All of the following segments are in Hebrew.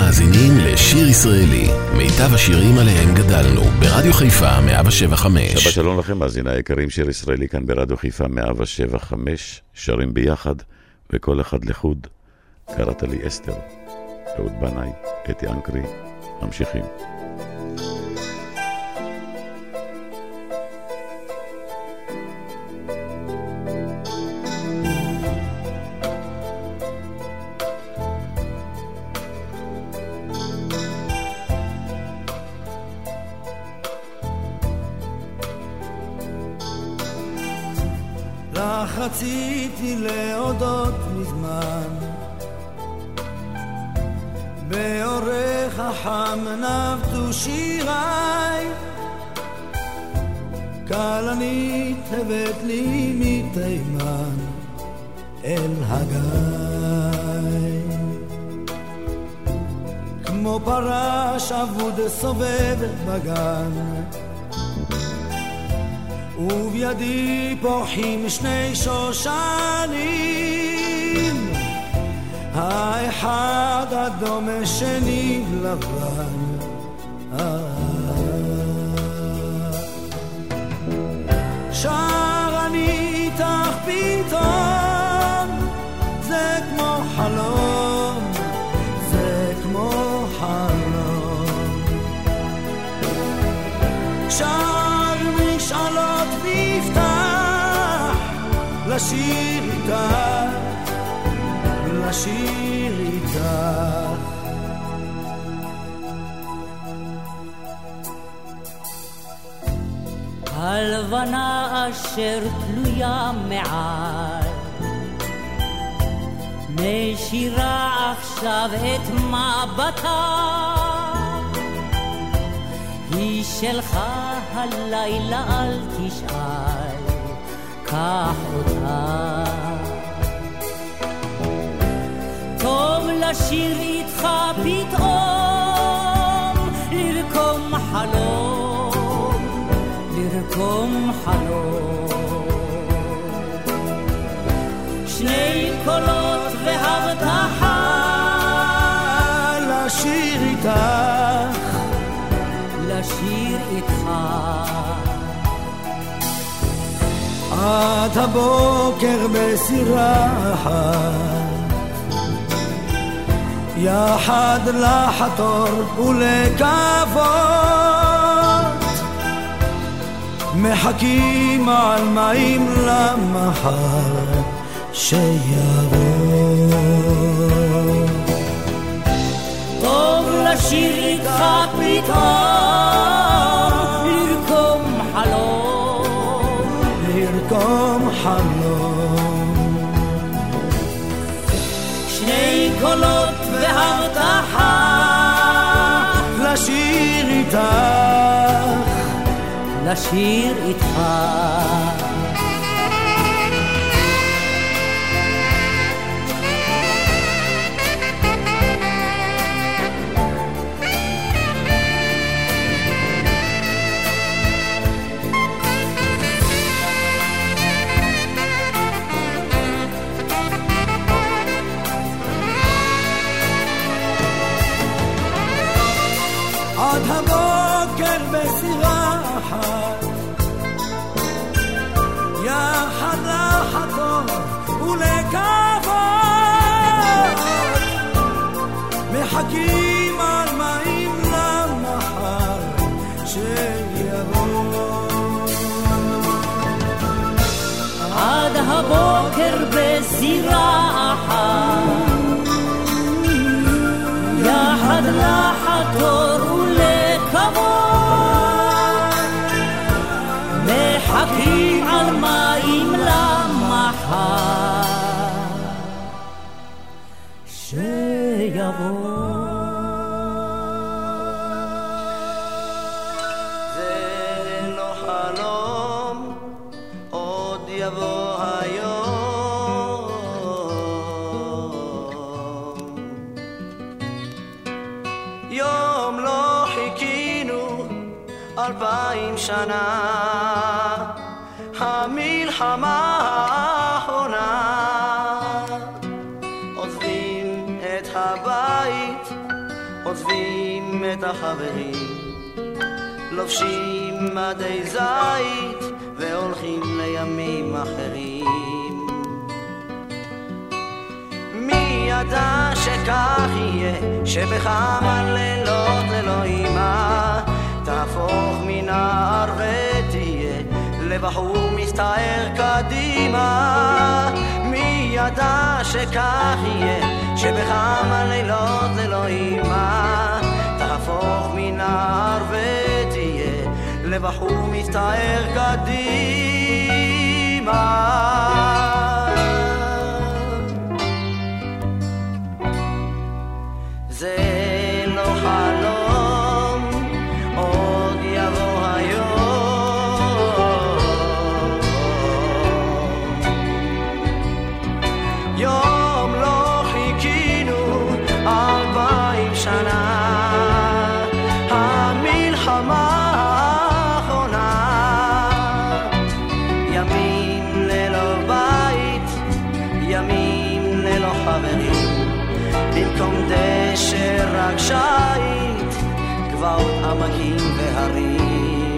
מאזינים לשיר ישראלי, מיטב השירים עליהם גדלנו, ברדיו חיפה 107.5. שבת שלום לכם, מאזיני היקרים, שיר ישראלי כאן ברדיו חיפה 107.5, שרים ביחד, וכל אחד לחוד. קראת לי אסתר, אהוד בנאי, אתי אנקרי, ממשיכים. רציתי להודות מזמן באורך החם נבטו שיריי כלנית הבאת לי מתימן אל הגיא כמו פרש אבוד סובב בגן ובידי פורחים שני שושנים האחד אדום השני לבן שר אני איתך פתאום זה כמו חלום זה כמו חלום שר משאלות ויפתח לשיר איתך לשיר איתך הלבנה אשר תלויה מעל משירה עכשיו את מבטה היא שלך הלילה אל תשאל קח אותה טוב לשיר איתך פתאום לרקום חלום לרקום חלום שני קולות והבטחה לשיר איתך לשיר איתך עד הבוקר בסירה יחד לחתור ולקוות מחכים על מים למחר שיבוא טוב לשיר איתך פתאום לרקום חלום לרקום חלום שני קולות והבטחה לשיר איתך לשיר איתך עד הבוקר בסירה אחת יחד לחתור ולקוות מחכים על מים למחר שיבוא עד הבוקר בסירה אחת יחד לחתור מחכים על מים למחר שיבוא זה לא חלום עוד יבוא היום יום לא חיכינו 2000 שנה המלחמה האחרונה עוזבים את הבית עוזבים את החברים, לובשים מדי זית והולכים לימים אחרים. מי ידע שכך יהיה, שבכמה לילות אלוהימה תהפוך מנער ותהיה לבחור מסתער קדימה. מי ידע שכך יהיה, שבכמה לילות אלוהימה תהפוך מנער ותהיה לבחור מסתער קדימה. זה לא חלום, עוד יבוא היום. יום לא חיכינו 2000 שנה, המלחמה האחרונה. ימים ללא בית, ימים ללא חברים, במקום דשא רק שית, גבעות עמקים והרים.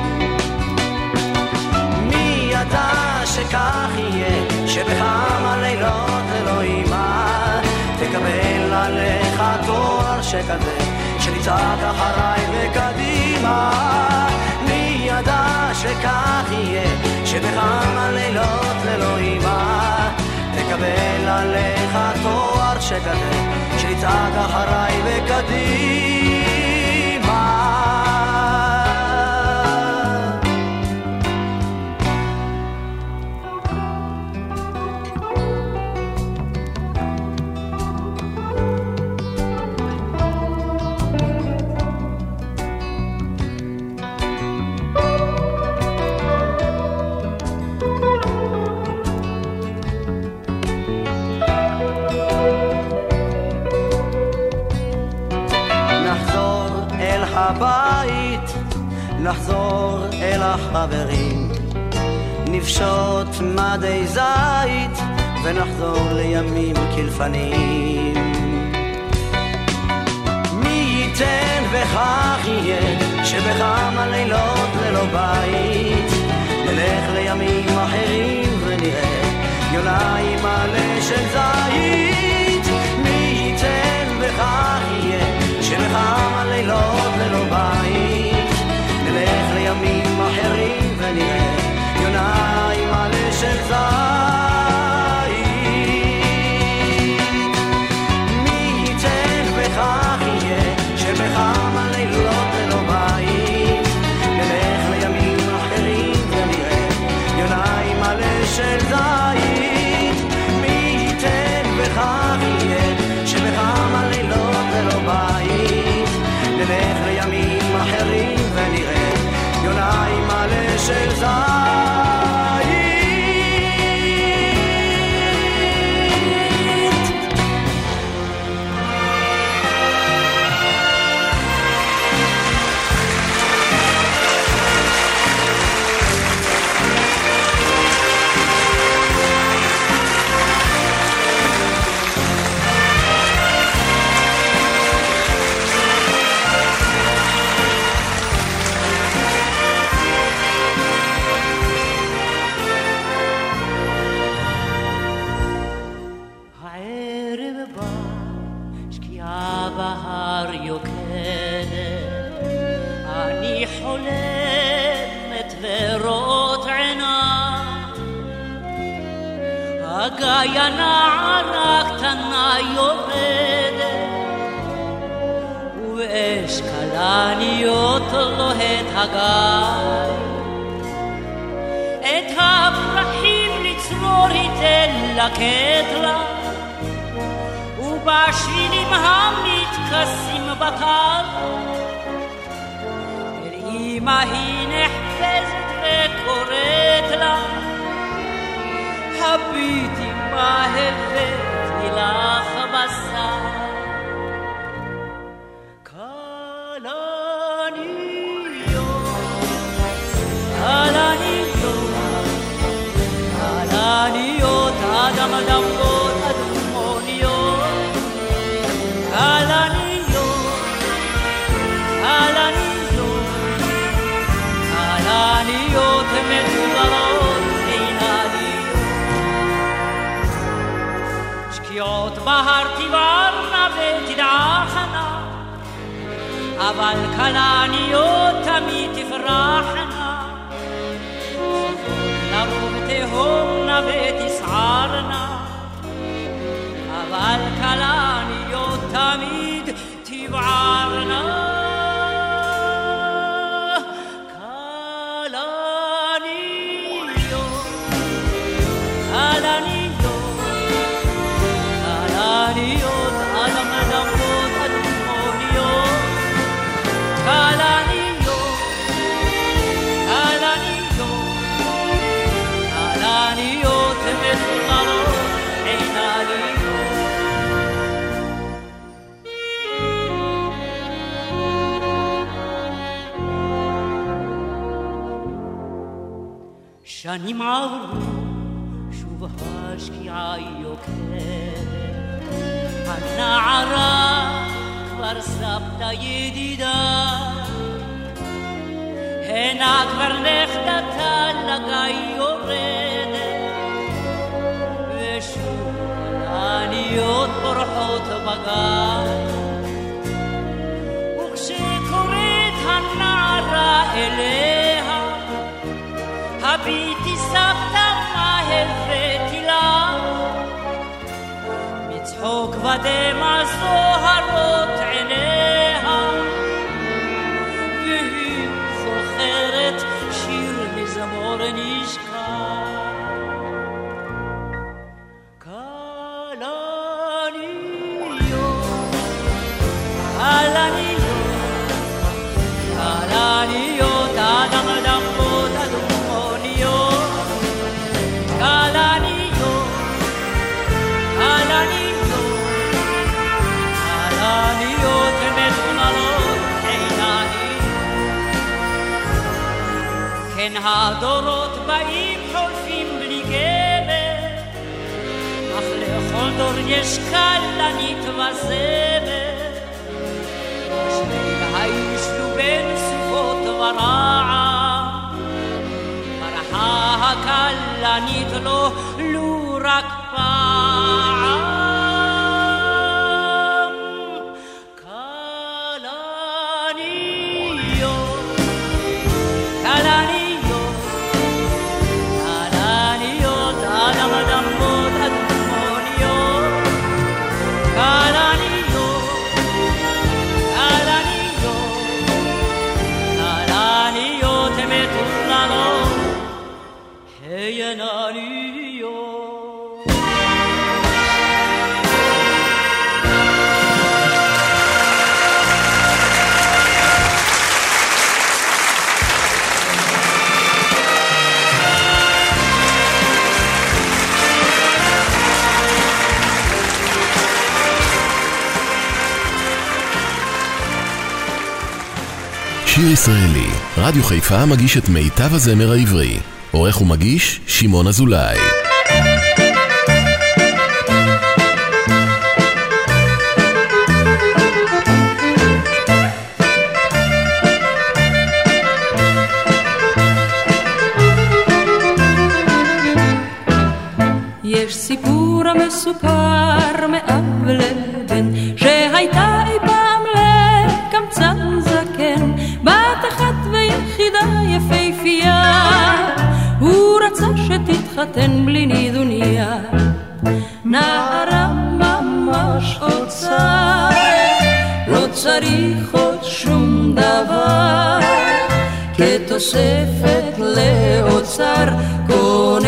מי ידע שכך יהיה, שבכמה לילות אלוהימה תקבל עליך תואר שכזה, שתצעק אחריי וקדימה. מי ידע שכך יהיה, שבכמה לילות אלוהימה תקבל עליך תואר שכזה, שתצעק אחריי וקדימה. הבית, נחזור אל החברים, נפשוט מדי זית ונחזור לימים כלפנים. מי ייתן וכך יהיה, שבכמה לילות ללא בית נלך לימים אחרים ונראה יונה עם מלא של זית. מי ייתן וכך יהיה, שבכמה לילות ללא בית נלך לימים אחרים ונראה יונה עם מלא של זית. מי ייתן וכך יהיה, שבכמה לילות ללא בית נלך לימים אחרים ונראה יונה עם מלא של זית. מי ייתן וכך יהיה, שבכמה לילות ללא בית נלך לימים אחרים ונראה יונה עם מלא של זית. הגיא נערה קטנה יורדת ובאש כלניות לוהט הגיא. את הפרחים לצרור היתן לקט לה, ובשבילים המתכסים בטל אל אמא היא נחפזת וקוראת לה, הביטי מה הבאתי לך בשר. כלניות אדם אדמות אדמוניות, כלניות בהר תיוורנה ותדעכנה, אבל כלניות תמיד תפרחנה, לרוב תהומנה ותסערנה, אבל כלניות תמיד תבערנה. שנים עברו, שוב השקיעה יוקדת, הנערה כבר סבתא ידידה, הנה כבר נכדתה לגיא יורדת, ושוב כלניות פורחות בגן, וכשקוראת הנערה אליה, הביטי סבתא מהר ותילה, מצחוק ודמע זוהרות עיניה, והיא זוכרת שיר מזמור נשכח. כלניות, אדם דמות אדומוניות, כלניות, כלניות מתוננות עיניים. כן הדורות באים חולפים בלי גבר, אך לכל דור יש כלנית וזמר, הישלו בין סופות ורעם, ברחה הכלנית לו רק פעם. כלניות, כלניות, כלניות, אדם דמות אדומוניות, כלניות, כלניות מתוננות עיניים. שיר ישראלי, רדיו חיפה מגיש את מיטב הזמר העברי. עורך ומגיש שמעון אזולאי. יש סיפור המסופר מאב לבן, שהייתה אי פעם לקמצן זקן, בת אחת ויחידה יפהפייה, הוא רצה שתתחתן בלי נידוניה, נערה ממש אוצר, לא צריך עוד שום דבר, כתוספת לאוצר קונה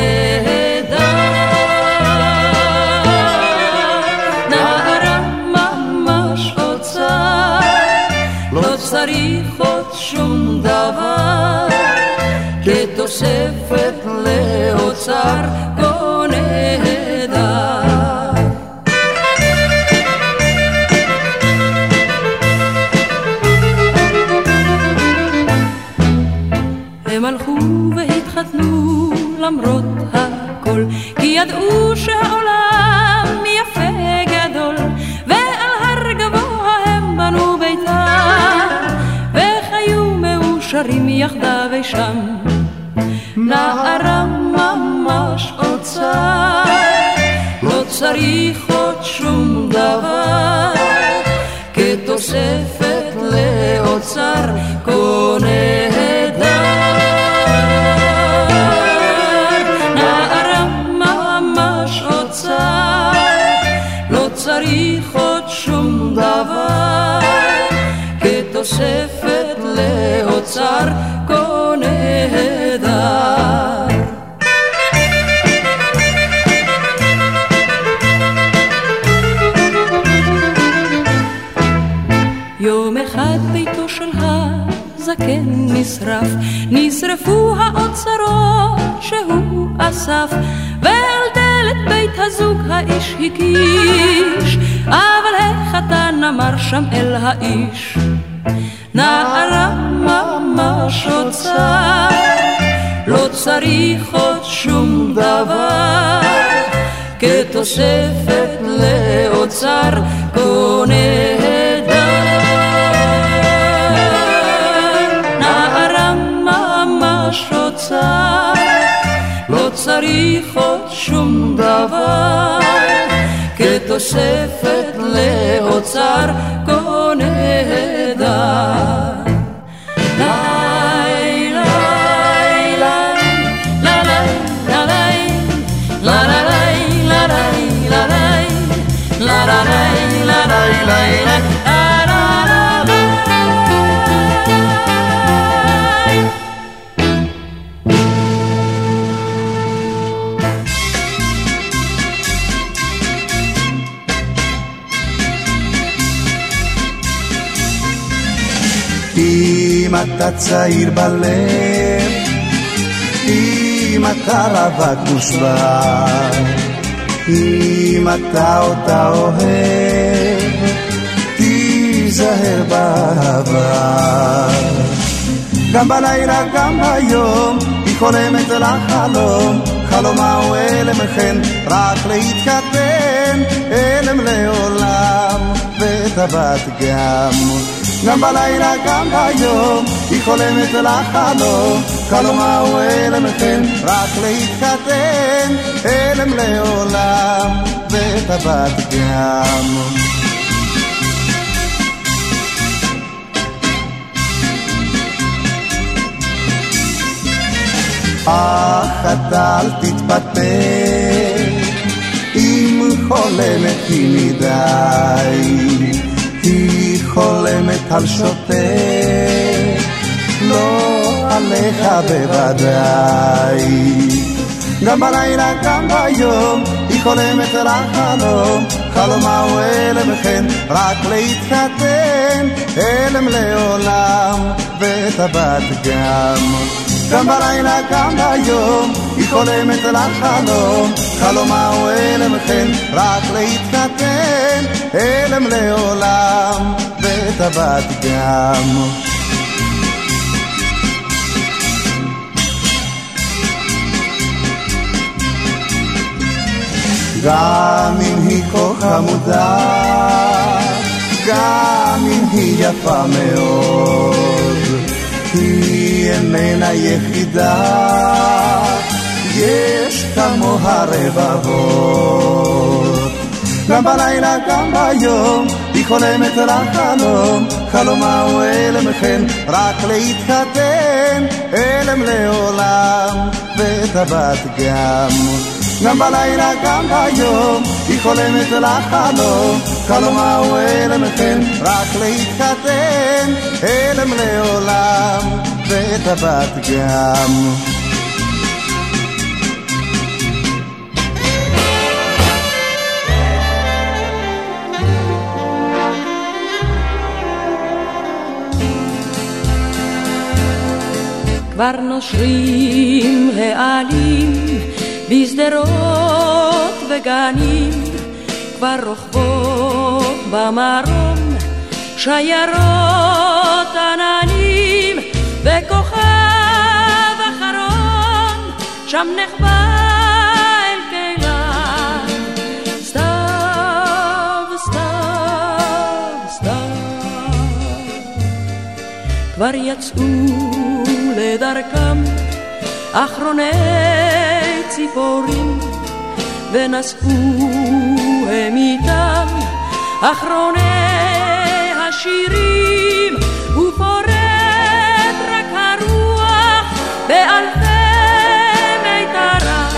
צריך עוד שום דבר, כתוספת לאוצר קונה דר. הם הלכו והתחתנו למרות הכל, כי ידעו שהעולם יפה גדול, ועל הר גבוה הם בנו ביתם, וחיו מאושרים יחדיו שם. נערה ממש אוצר, לא צריך עוד שום דבר, כתוספת לאוצר כה נהדר. נערה ממש אוצר, לא צריך עוד שום דבר, כתוספת לאוצר כה נהדר. יום אחד ביתו של הזקן נשרף, נשרפו האוצרות שהוא אסף, ועל דלת בית הזוג האיש הגיש, אבל החתן אמר שם אל האיש, נערה ממש אוצר, לא צריך עוד שום דבר, כתוספת לאוצר כה נהדר. נערה ממש אוצר, לא צריך עוד שום דבר, כתוספת לאוצר כה נהדר. אם אתה צעיר בלב, אם אתה רווק מושבע, אם אתה אותה אוהב, תיזהר בעבר. גם בלילה גם ביום היא חולמת לחלום, חלומה הוא אלם חן, רק להתחתן, אלם לעולם וטבת גם. גם בלילה גם ביום היא חולמת לחלום, חלומה הוא אלם חן, רק להתחתן, אלם לעולם וטבת גם. אך אתה אל תתפטר, אם חולמת היא מדי, היא חולמת על שוטה, לא עליך בוודאי. גם בלילה גם ביום היא חולמת לחלום, חלומה הוא אלם חן, רק להתחתן, אלם לעולם וטבת גם. גם בלילה גם ביום היא חולמת לחלום, חלומה הוא אלם חן, רק להתחתן, אלם לעולם וטבת גם. גם אם היא כה חמודה, גם אם היא יפה מאוד, היא איננה יחידה, יש כמוה רבבות. גם בלילה גם ביום היא חולמת לחלום, חלומה הוא אלם חן, רק להתחתן, אלם לעולם וטבת גם. גם בלילה גם ביום היא חולמת לחלום, חלומה הוא אלם חן, רק להתחתן, אלם לעולם וטבת גם. כבר נושרים העלים בשדרות וגנים, כבר רוכבות במרום שיירות עננים, וכוכב אחרון שם נחבא אל כליו. סתיו, סתיו, סתיו, כבר יצאו לדרכם אחרוני ציפורים, ונשאו הם איתם אחרוני השירים, ופורט רק הרוח באלפי מיתרה.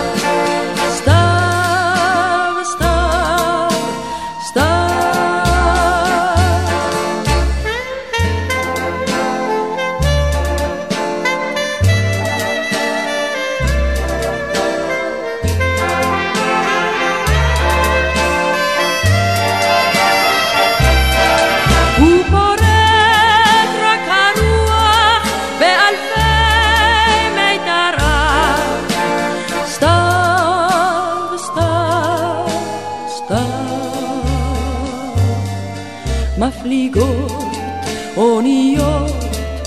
סתיו, סתיו, סתיו. מפליגות אוניות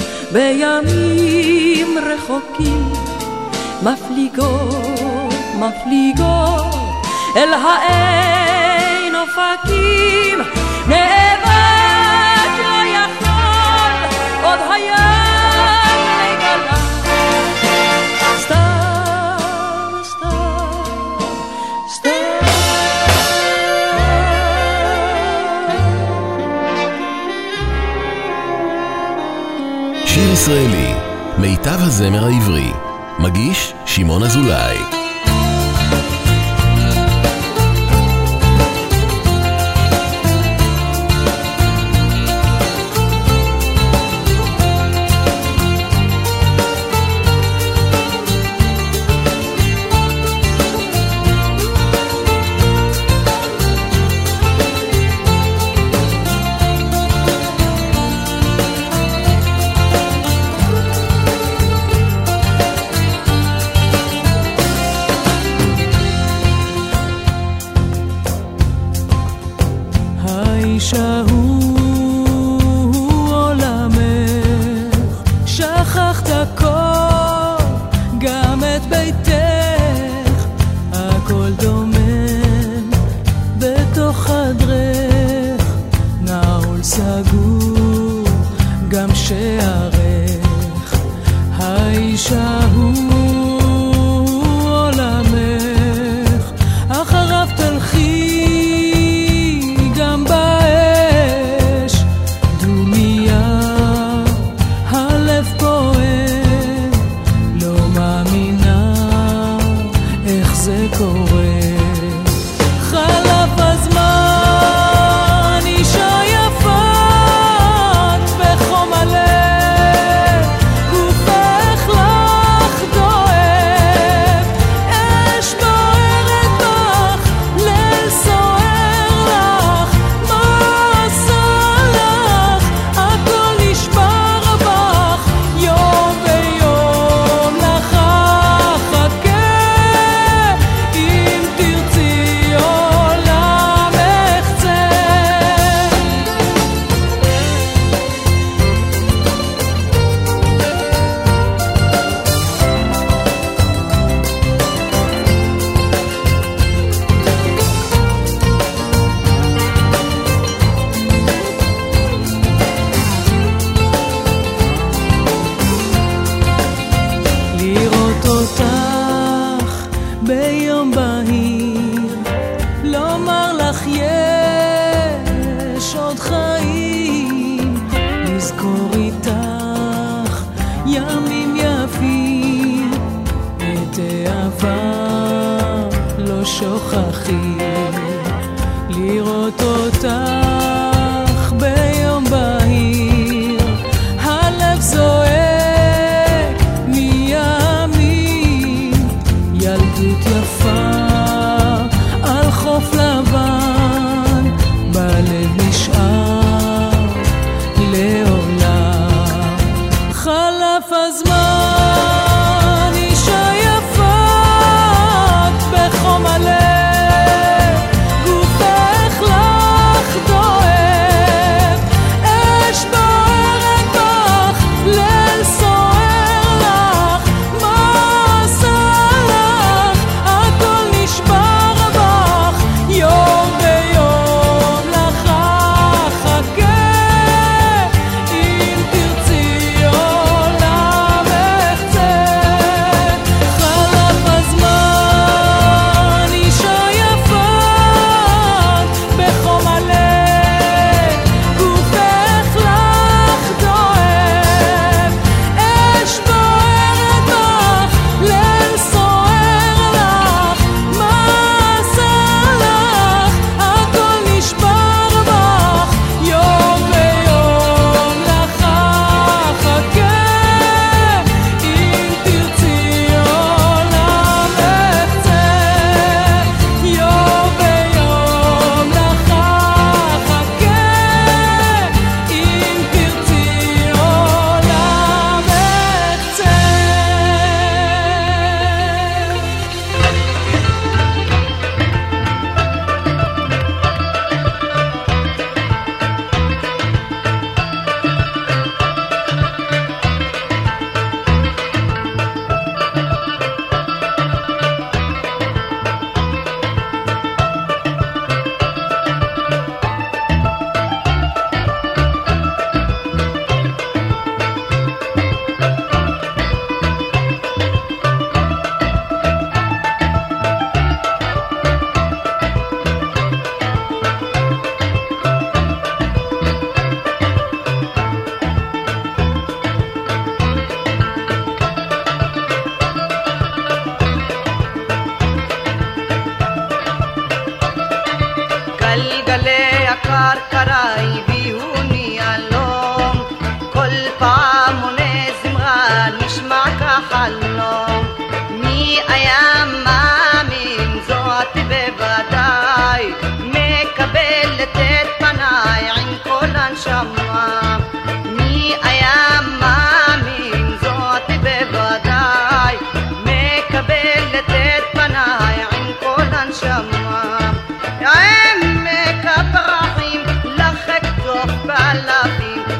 בימים רחוקים, מפליגות, מפליגות אל העין אופקים. נאבק לא יכול עוד הים לגלה. סתיו, סתיו, סתיו. שיר ישראלי, מיטב הזמר העברי, מגיש שמעון אזולאי. האישה הוא עולמך, שכחת הכל, גם את ביתך, הכל דומם בתוך חדרך, נעול סגור גם שערך. האישה הוא עולמך, אחריו תלכי גם באש, דומיה הלב פועם, לא מאמינה איך זה קורה. חלף הזמן, אישה יפת בחום הלב, גופך לך דואב, אש בוערת בך, ליל סוער לך, מה עשה לך? הכל נשבר בך, יום ויום לך אחכה, אם תרצי עולם אחצה. לראות אותך ביום בהיר, לומר לך יש עוד חיים, לזכור איתך ימים יפים, את העבר לא שוכחים. לראות אותך ביום בהיר, הלב זועק מימים, ילדות יפה על חוף לבן, בלב נשאר לעולם. חלף הזמן, אישה יפת בחום הלב, גופך לך דואב,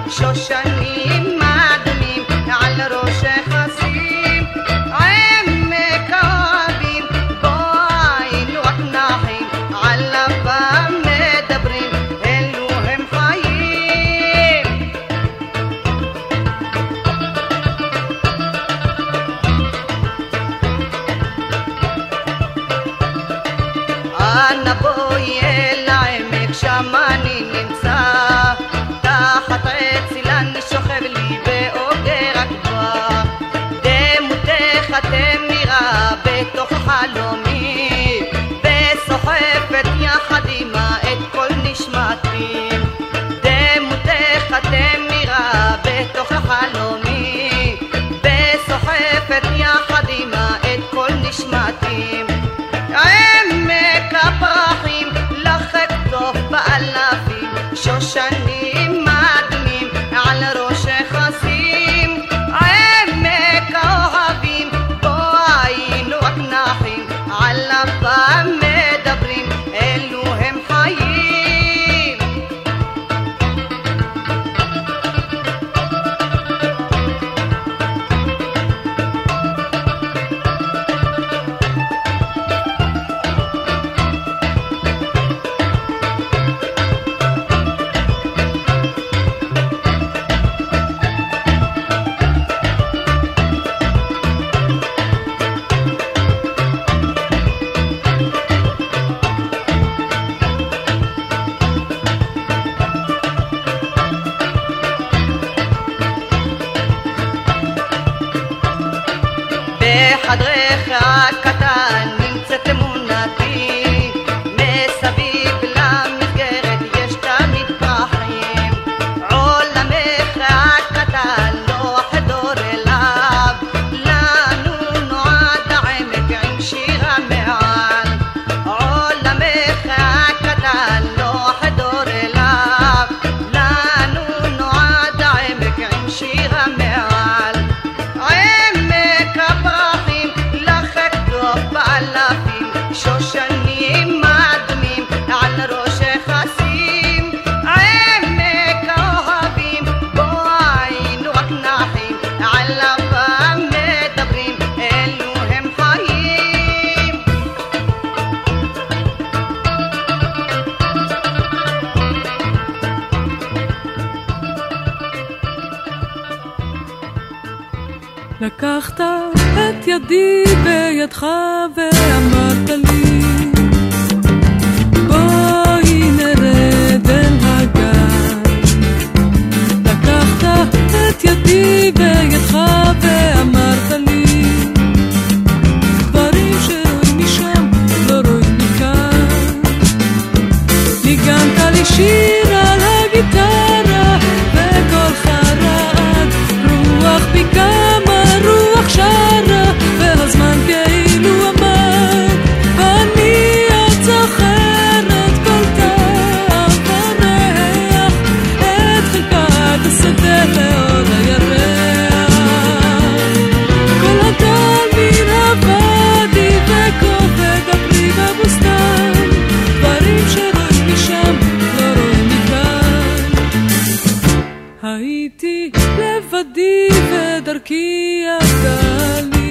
שושנים אדומים על ראשך אשים עמק אוהבים בו היינו רק נחים עליו מדברים אלו הם חיים אנא בואי אל העמק שם אני נמצא תחת עץ אילן שוכב לי באוגר הגבוה דמותך אתם נראה בתוך חלומי וסוחפת יחד עמה את כל נשמתי דמותך אתם נראה בתוך חלומי וסוחפת יחד עמה את כל נשמתי עמק הפרחים לחק טוב באלפים שושנים אדמים על ראשך אשים עמק האוהבים בו היינו רק נחים עליו מדברים אלו הם חיים בחדרך הקטן נמצאת אמונתי מסביב למסגרת יש תמיד פרחים עולמך הקטן לא חדור אליו לנו נועד העמק עם שירה מעל עולמך הקטן לא חדור אליו לנו נועד העמק עם שירה מעל עמק הפרחים לחק טוב באלפים שושנים אדמים על ראשך אשים עמק האוהבים בו היינו רק נחים עליו מדברים אלו הם חיים לקחת את ידי בידך ואמרת לי בואי נרד אל הגן לקחת את ידי בידך ואמרת לי דברים שרואים משם לא רואים מכאן ניגנת לי שיר על הגיטרה וקולך רעד רוח בי כמה רוח שרה והזמן כאילו עמד ואני עוד זוכרת כל טעם וריח את חלקת השדה לאור הירח כל הטל מן הוואדי וכובד הפרי בבוסתן דברים שרואים משם לא רואים מכאן הייתי לבדי ודרכי עבדה לי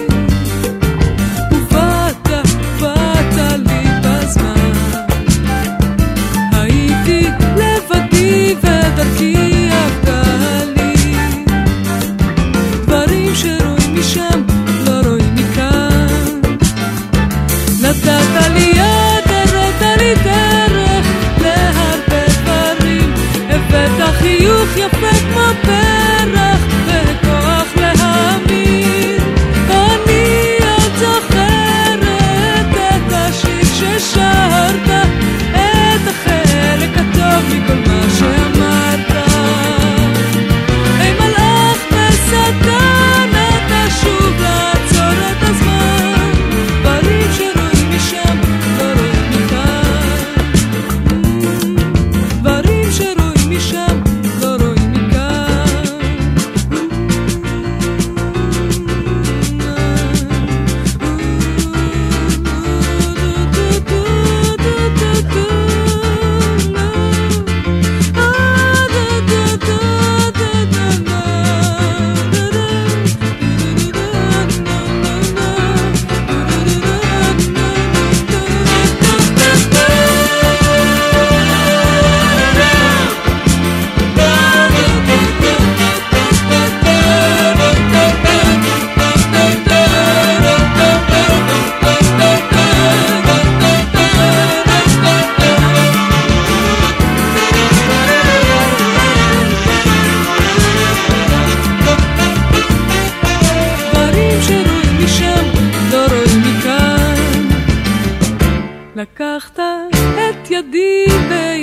ובאת לי בזמן הייתי לבדי ודרכי עבדה לי דברים שרואים משם לא רואים מכאן נתת לי יד הראת לי דרך להרבה דברים הבאת חיוך יפה כמו פרח וכוח להאמין אני עוד זוכרת את השיר ששרת את החלק הטוב מכל מה שאמרת היי מלאך ושטן אתה שוב לעצור את הזמן דברים שרואים משם לא רואים מכאן דברים שרואים משם לא רואים מכאן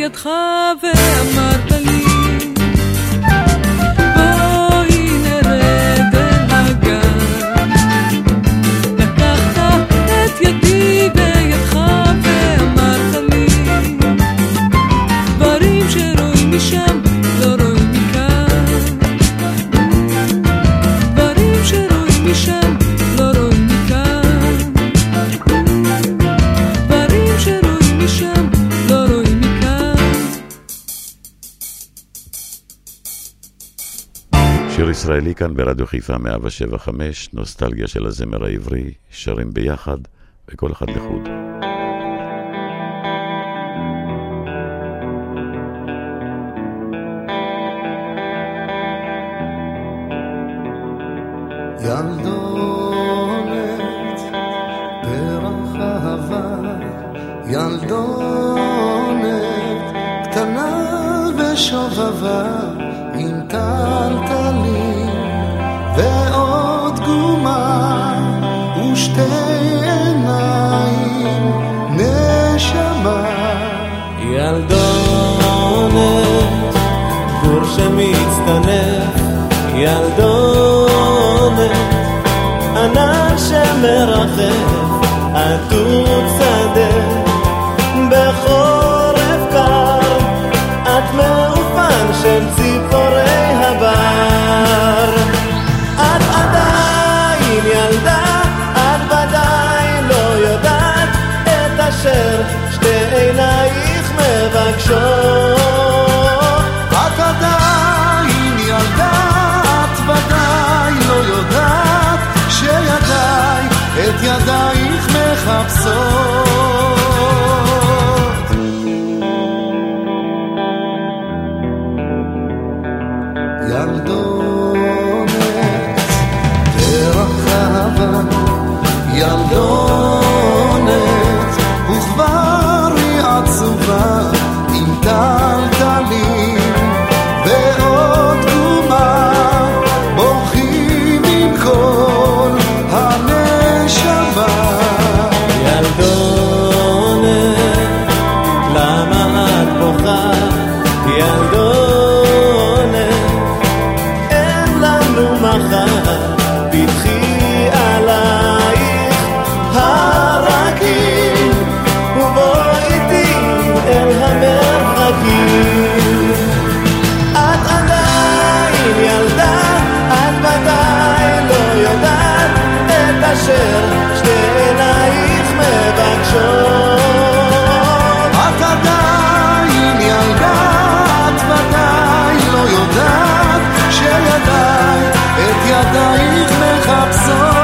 בידך ואמרת לי בואי נרד אל הגן. לקחת את ידי בידך ואמרת לי דברים שרואים משם לא רואים מכאן. דברים שרואים משם לא רואים מכאן. דברים שרואים משם לא רואים מכאן. שיר ישראלי כאן ברדיו חיפה 107.5, נוסטלגיה של הזמר העברי, שרים ביחד וכל אחד לחוד. ילדונת פרח אהבה, ילדונת קטנה ושובבה עם טלטלים ועוד גומה ושתי עיניים נשמה. ילדונת גור שמצטנף, ילדונת ענן שמרחף, עטות שדה בחורף קר, את מעופן של ציפורי הבר. את עדיין ילדה, את ודאי לא יודעת את אשר שתי עינייך מבקשות. את עדיין ילדה, את ודאי לא יודעת שידיי את ידייך מחפשות. ילדונת פרח אהבה, ילדונת וכבר היא עצובה עם טלטלים ועוד גומה בורחים עם כל הנשמה. ילדונת למה את בוכה, ילדונת אין לנו מחר, פתחי עלייך הרקים ובואי איתי אל המרחקים. את עדיין ילדה, את ודאי לא יודעת את אשר שתי עינייך מבקשות. את עדיין ילדה, את ודאי לא יודעת שידיי את ידייך מחפשות.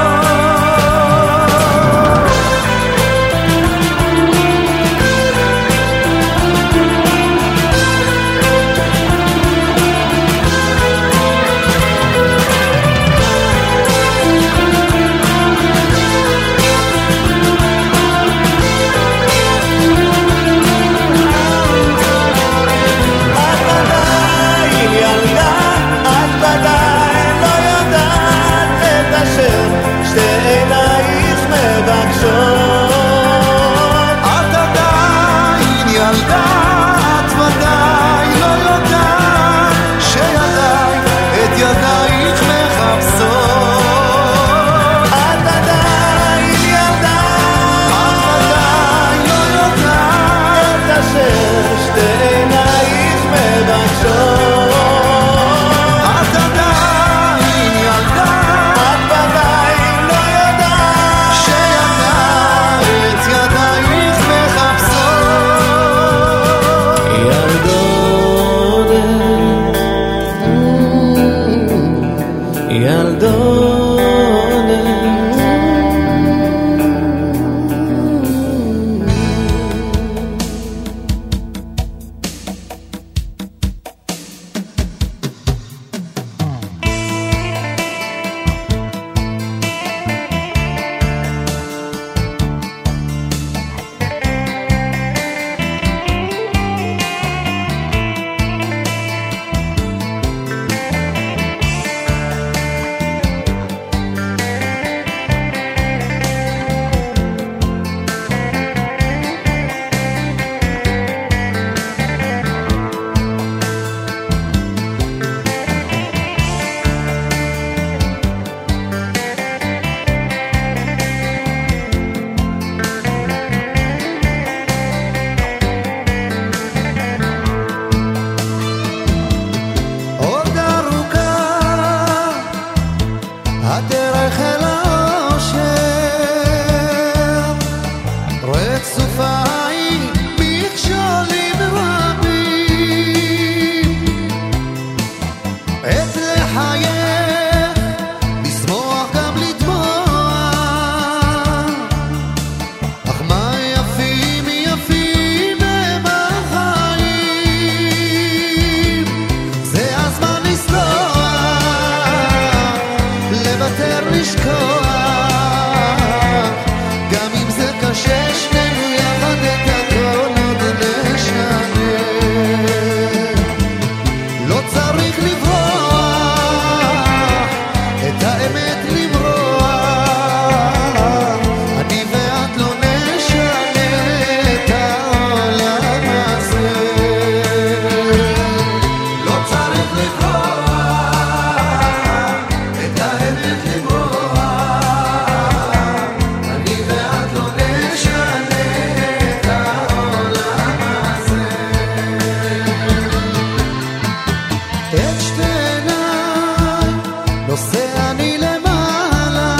את שתי עיניי נושא אני למעלה,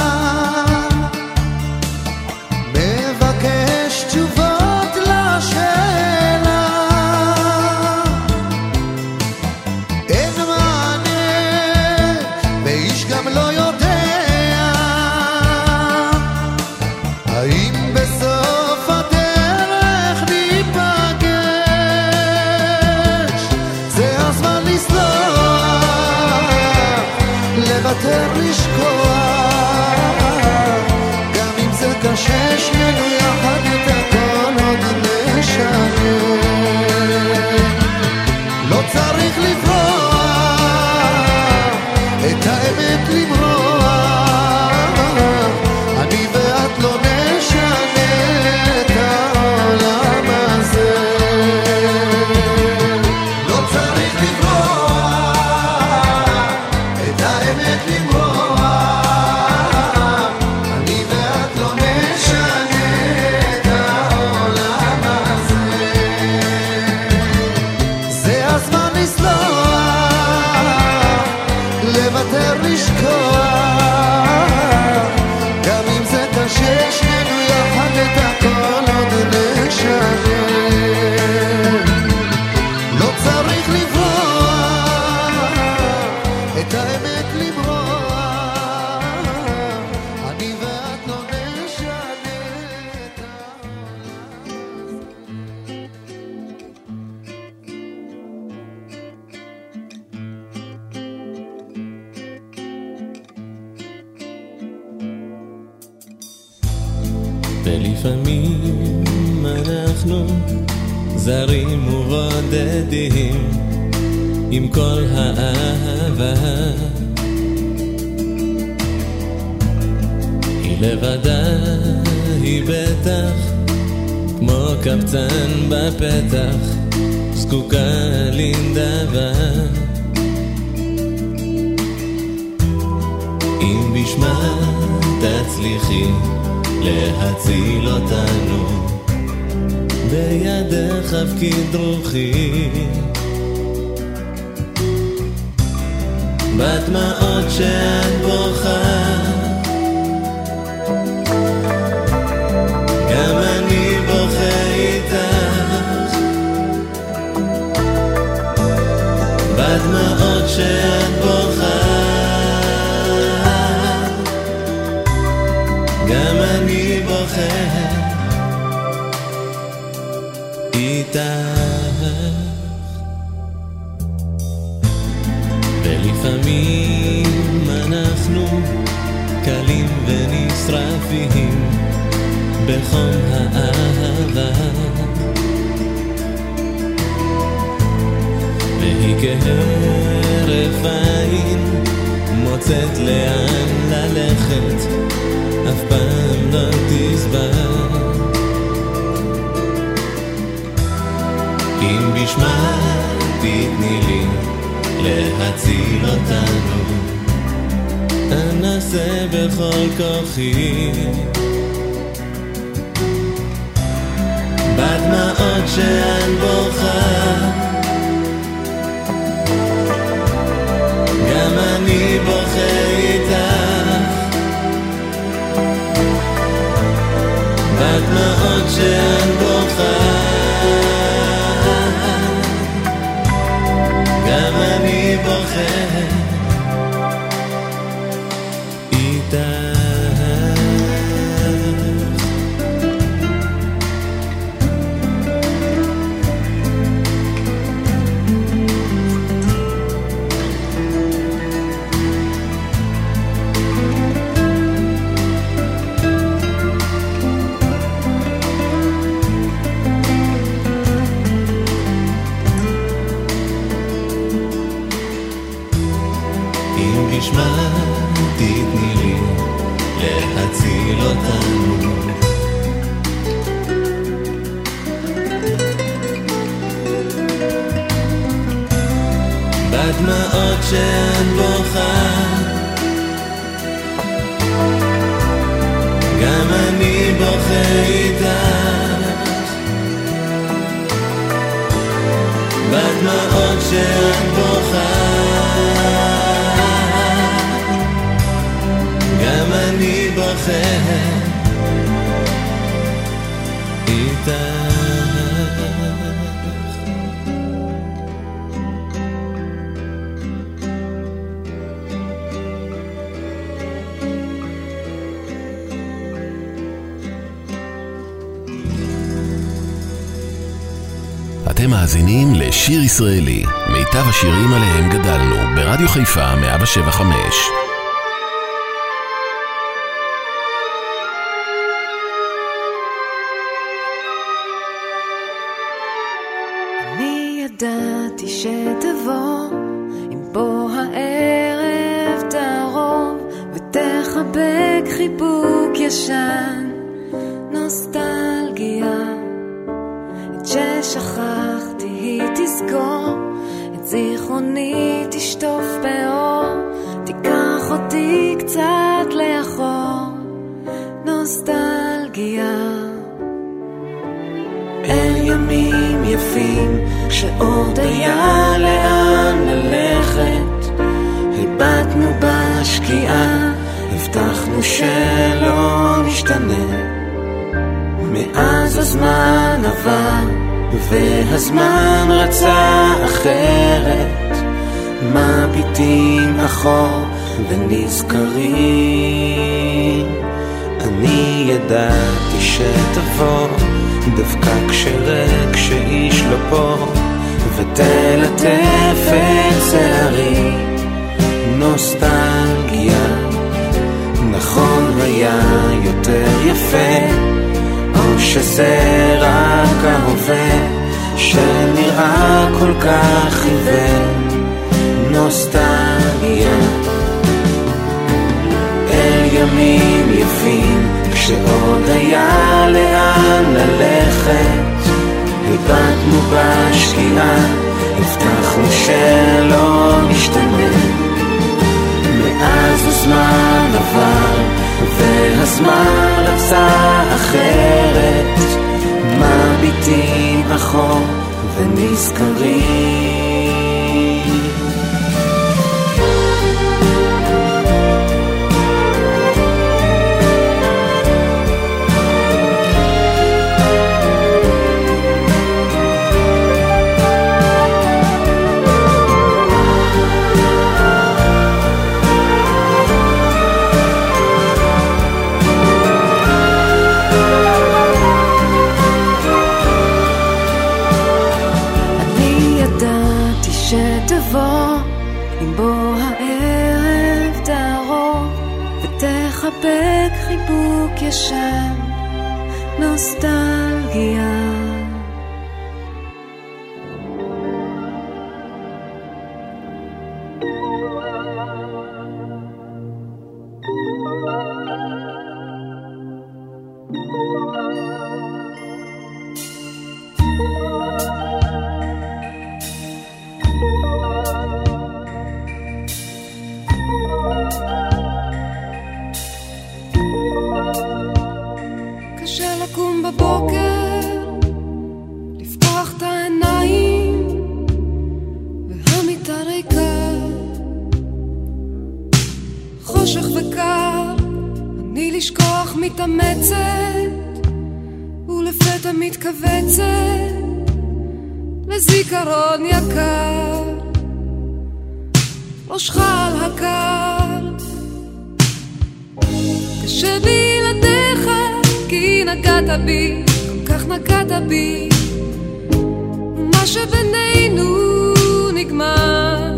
מבקש תשובות לשאלה, אין מענה ואיש גם לא יודע האם בסוף הדרך ניפגש. זה הזמן לסלוח, לוותר, לשכוח, גם אם זה קשה, שנינו יחד את הכל עוד נשנה. לא צריך לברוח, את האמת למרוח, אני ואת לא נשנה את העולם הזה. לא צריך לברוח, את האמת למרוח, אני ואת לא נשנה את העולם הזה. זה הזמן לסלוח, לוותר, לשכוח, גם אם זה קשה, שנינו יחד את הכל עוד נשנה. לא צריך לברוח, את האמת למרוח, אני ואת לא נשנה את ולפעמים אנחנו זרים ובודדים עם כל האהבה, היא לבדה, היא בטח כמו קבצן בפתח, זקוקה לנדבה. אם בשמה תצליחי להציל אותנו, בידך הפקיד רוחי, בדמעות שאת בוכה, גם אני בוכה איתך, בדמעות שאת בוכה, גם אני בוכה איתך. ולפעמים אנחנו קלים ונשרפים בחום האהבה, והיא כהרף עין מוצאת לאן ללכת, אף פעם לא תסבר. אם בשמה תתני לי להציל אותנו, אנסה בכל כוחי, בדמעות שאת בוכה, גם אני בוכה איתך, בדמעות שאת בוכה, גם אני בוכה איתך. בשמה תתני לי להציל אותנו, בדמעות שאת בוכה, גם אני בוכה איתך, בדמעות שאת בוכה, לכם איתך. אתם מאזינים לשיר ישראלי, מיטב השירים עליהם גדלנו, ברדיו חיפה 107.5. אני ידעתי שתבוא, אם בוא הערב תערוב, ותחבק חיבוק ישן, נוסטלגיה. ששכחתי היא תזכור, את זיכרוני תשטוף באור, תיקח אותי קצת לאחור, נוסטלגיה. אל ימים יפים שעוד היה לאן ללכת, הבטנו בשקיעה, הבטחנו שלא נשתנה. מאז הזמן עבר והזמן רצה אחרת, מביטים אחור ונזכרים. אני ידעתי שתבוא, דווקא כשרק שאיש לא פה, ותלטף את שערי, נוסטלגיה. נכון היה יותר יפה, או שזה רק ההווה שנראה כל כך חיוור, נוסטלגיה. אל ימים יפים כשעוד היה לאן ללכת, הבטנו בשקיעה, הבטחנו שלא נשתנה. מאז הזמן עבר והזמן רצה אחרת, מביטים אחור ונזכרים. אם בוא הערב תערוב ותחבק חיבוק ישן, נוסטלגיה. לזיכרון יקר, ראשך על הקר, קשה בלעדיך כי נגעת בי, כל כך נגעת בי, ומה שבינינו נגמר.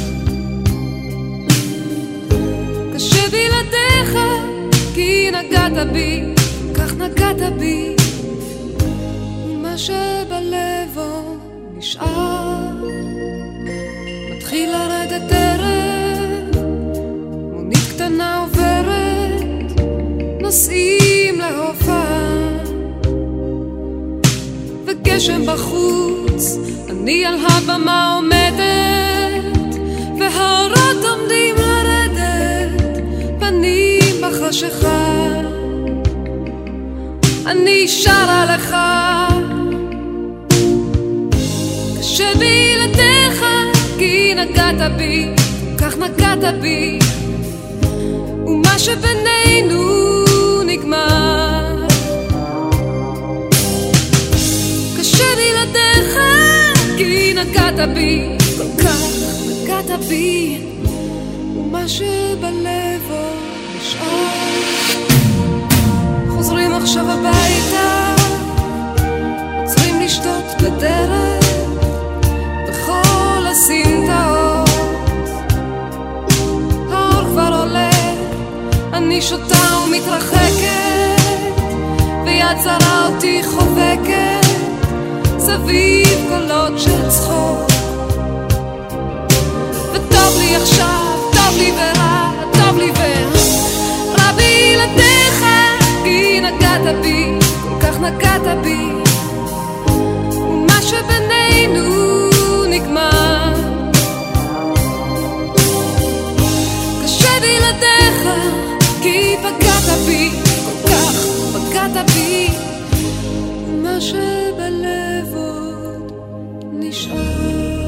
קשה בלעדיך כי נגעת בי, כל כך נגעת בי, ומה שבלב נשאר. מתחיל לרדת ערב, מונית קטנה עוברת, נוסעים להופעה, וגשם בחוץ, אני על הבמה עומדת, והאורות עומדים לרדת, פנים בחשיכה, אני שרה לך. שבלעדיך כי נגעת בי, כל כך נגעת בי, ומה שבינינו נגעת בי, כל כך נגעת בי, ומה שבלב עוד נשאר. חוזרים עכשיו הביתה, עוצרים לשתות בדרך, בכל הסמטאות. האור כבר עולה, אני שותה ומתרחקת, ויד זרה אותי חובקת, סביב קולות של צחוק. וטוב לי עכשיו, טוב לי ורע, טוב לי ורע בלעדיך, כי נגעת בי, כל כך נגעת בי, ומה שבינינו נגמר. קשה בלעדיך, כי פגעת בי, כל כך פגעת בי, ומה שבלב עוד נשאר.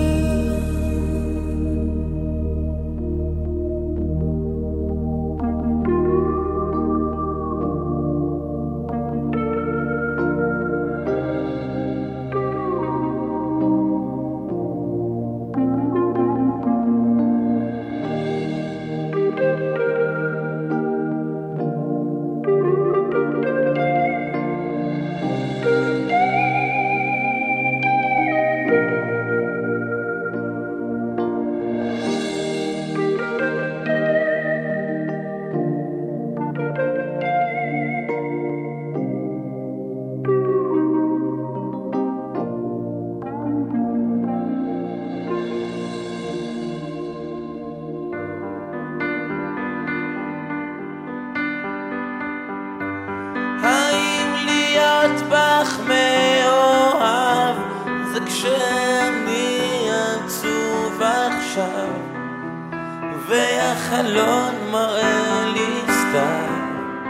והחלון מראה לי סתם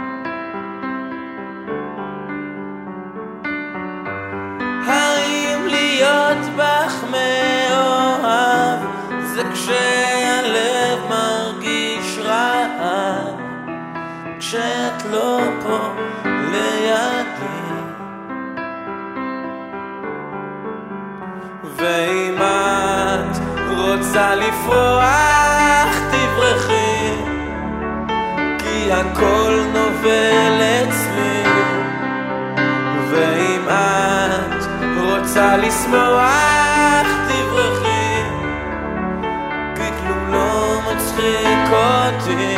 האם להיות בך מאוהב זה כשהלב מרגיש רעב כשאת לא פה לידי ואם את רוצה לפרוח תברחי כי הכל נובל אצלי ואם את רוצה לשמוח תברחי כי כלום לא מצחיק אותי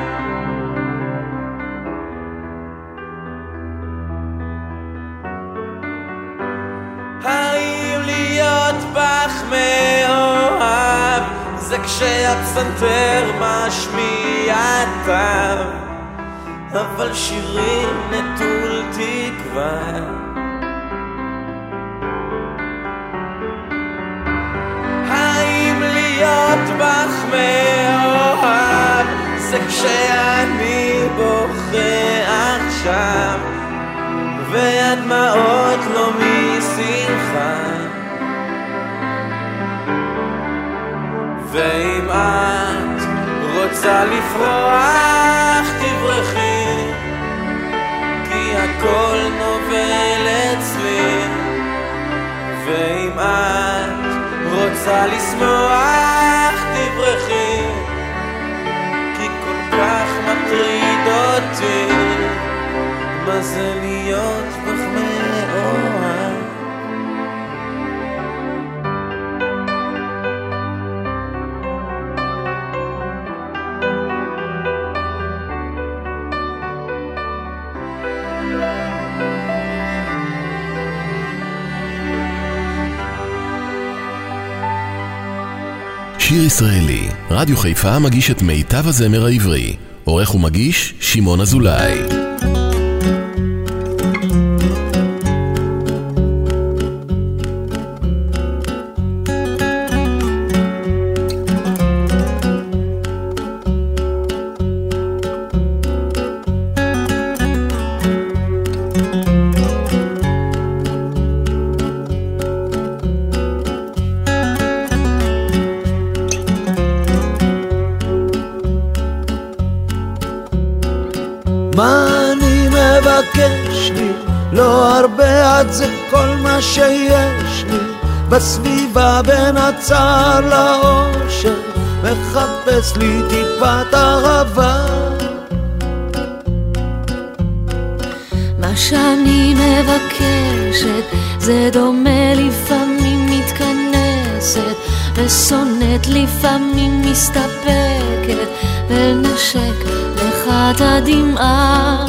האם להיות בך מאוהב זה כשהפסנתר משמיע טעם אבל שירים נטול תקווה האם להיות בך מאוהב זה כשאני בוכה עכשיו והדמעות לא משמחה ואם את רוצה לפרוח תברחי כי הכל נובל אצלי ואם את רוצה לשמוח תברחי כי כל כך מטריד אותי מה זה להיות בך מאוהב שיר ישראלי, רדיו חיפה מגיש את מיטב הזמר העברי. עורך ומגיש שמעון אזולאי. מה אני מבקש לי? לא הרבה, עד זה כל מה שיש לי. בסביבה בין הצער לאושר, מחפש לי טיפת אהבה. מה שאני מבקשת זה דומה, לפעמים מתכנסת ושונאת, לפעמים מסתפקת ונשק לך את הדמעה.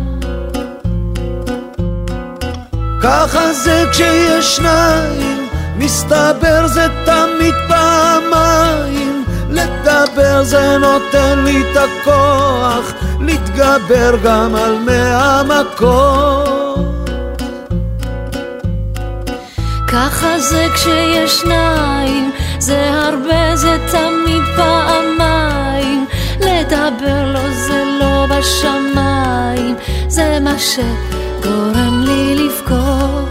ככה זה כשיש שניים, מסתבר זה תמיד פעמיים. לדבר זה נותן לי את הכוח להתגבר גם על 100 מכות. ככה זה כשיש שניים, זה הרבה, זה תמיד פעמיים. לדבר לו זה לא בשמיים, זה מה שגורם לי לבכות.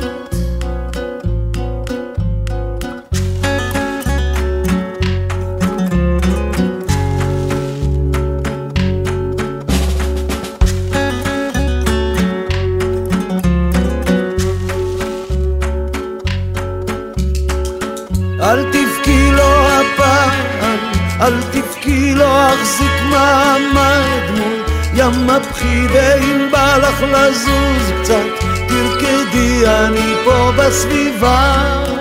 אל תבכי לו הפעם, אל תבכי לו, אחזיק מעמד מול ים מבחי, ואם בא לך לזוז קצת תרקדי, אני פה בסביבה.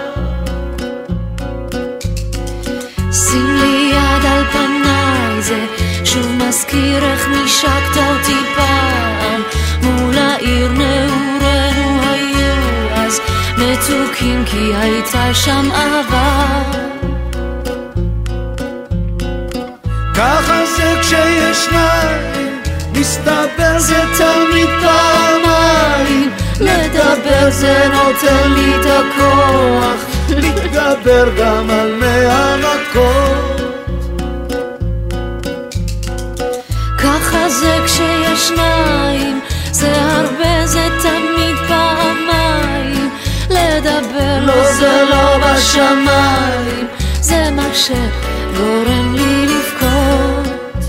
שים לי יד על פניי, זה שוב מזכיר איך נשקת אותי פעם. מול העיר נעורנו היו אז מתוקים, כי הייתה שם אהבה. ככה זה כשיש שניים, מסתבר זה תמיד פעמיים. לדבר זה נותן לי את הכוח להתגבר גם על 100 מכות. ככה זה כשיש שניים, זה הרבה, זה תמיד פעמיים. לדבר לא זה לא בשמיים, זה מה שגורם לי לבכות.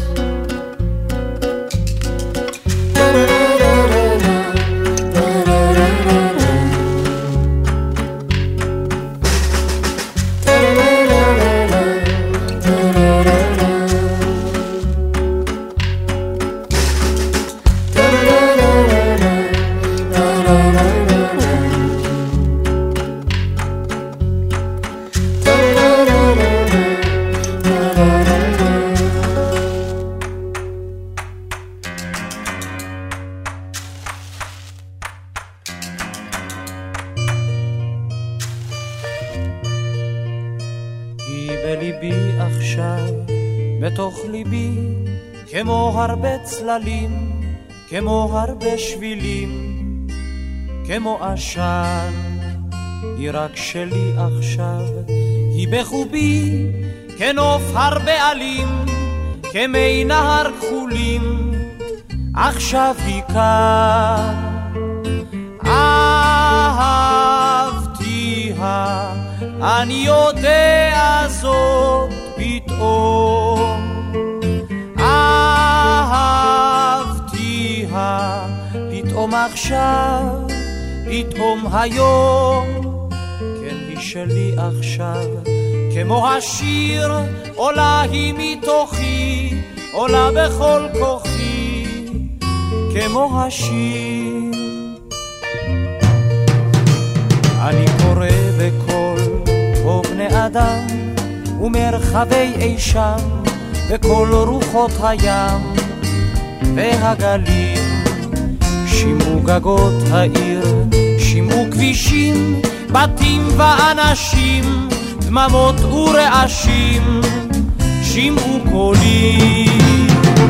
כמו הרבה צללים, כמו הרבה שבילים, כמו עשן, היא רק שלי עכשיו. היא בחובי כנוף הרבה עלים, כמי נהר כחולים, עכשיו היא כאן. אהבתיה, אני יודע זאת פתאום. אהבתיה, פתאום עכשיו, פתאום היום, כן היא שלי עכשיו. כמו השיר עולה היא מתוכי, עולה בכל כוחי, כמו השיר. אני קורא בכל בני אדם ומרחבי אי שם, וכל רוחות הים והגלים. שימו גגות העיר, שימו כבישים, בתים ואנשים, דממות ורעשים, שימו קולים.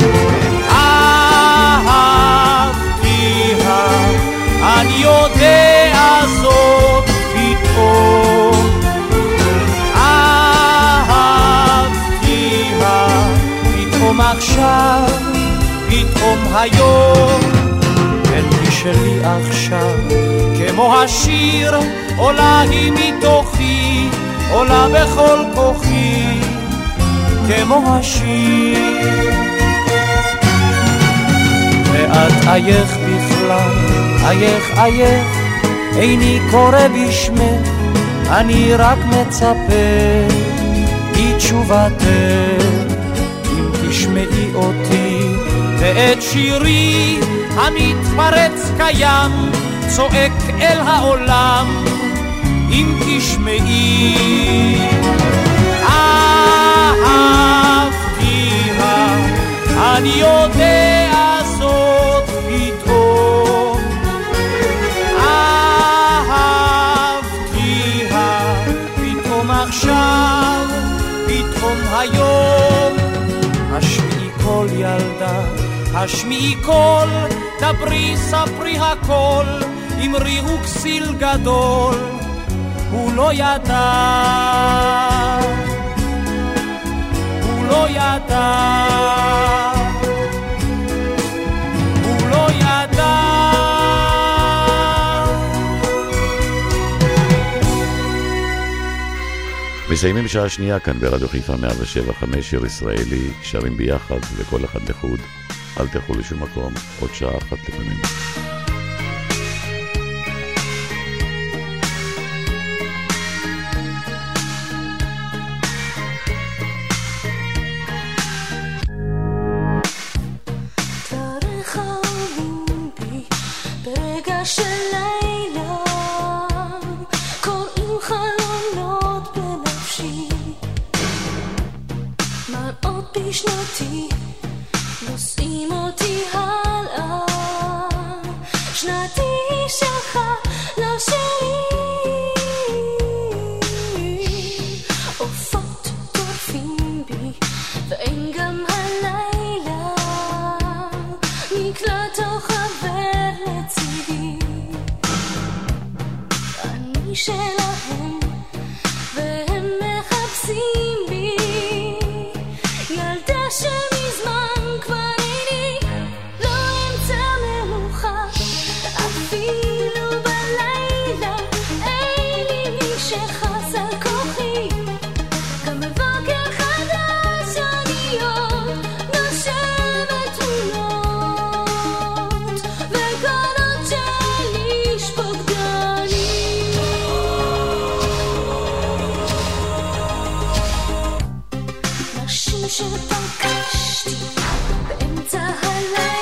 אהבתיה, אני יודע זאת פתאום. אהבתיה, פתאום עכשיו, פתאום היום, כן היא שלי עכשיו. כמו השיר עולה היא מתוכי, עולה בכל כוחי, כמו השיר. ואת אייך בכלל, אייך אייך, איני קורא בשמך, אני רק מצפה לתשובתך, אם תשמעי אותי ואת שירי המתפרץ קיים צועק אל העולם, אם תשמעי. אהבתיה, אני יודע זאת פתאום, אהבתיה פתאום עכשיו, פתאום היום. השמיעי קול ילדה, השמיעי קול, דברי ספרי הכל, אמרי הוא כסיל גדול, הוא לא ידע, הוא לא ידע, הוא לא ידע. מסיימים שעה שנייה כאן ברדיו חיפה 107.5, שיר ישראלי, שרים ביחד וכל אחד לחוד. אל תלכו לשום מקום, עוד שעה אחת לפעמים. שפגשתי באמצע הלילה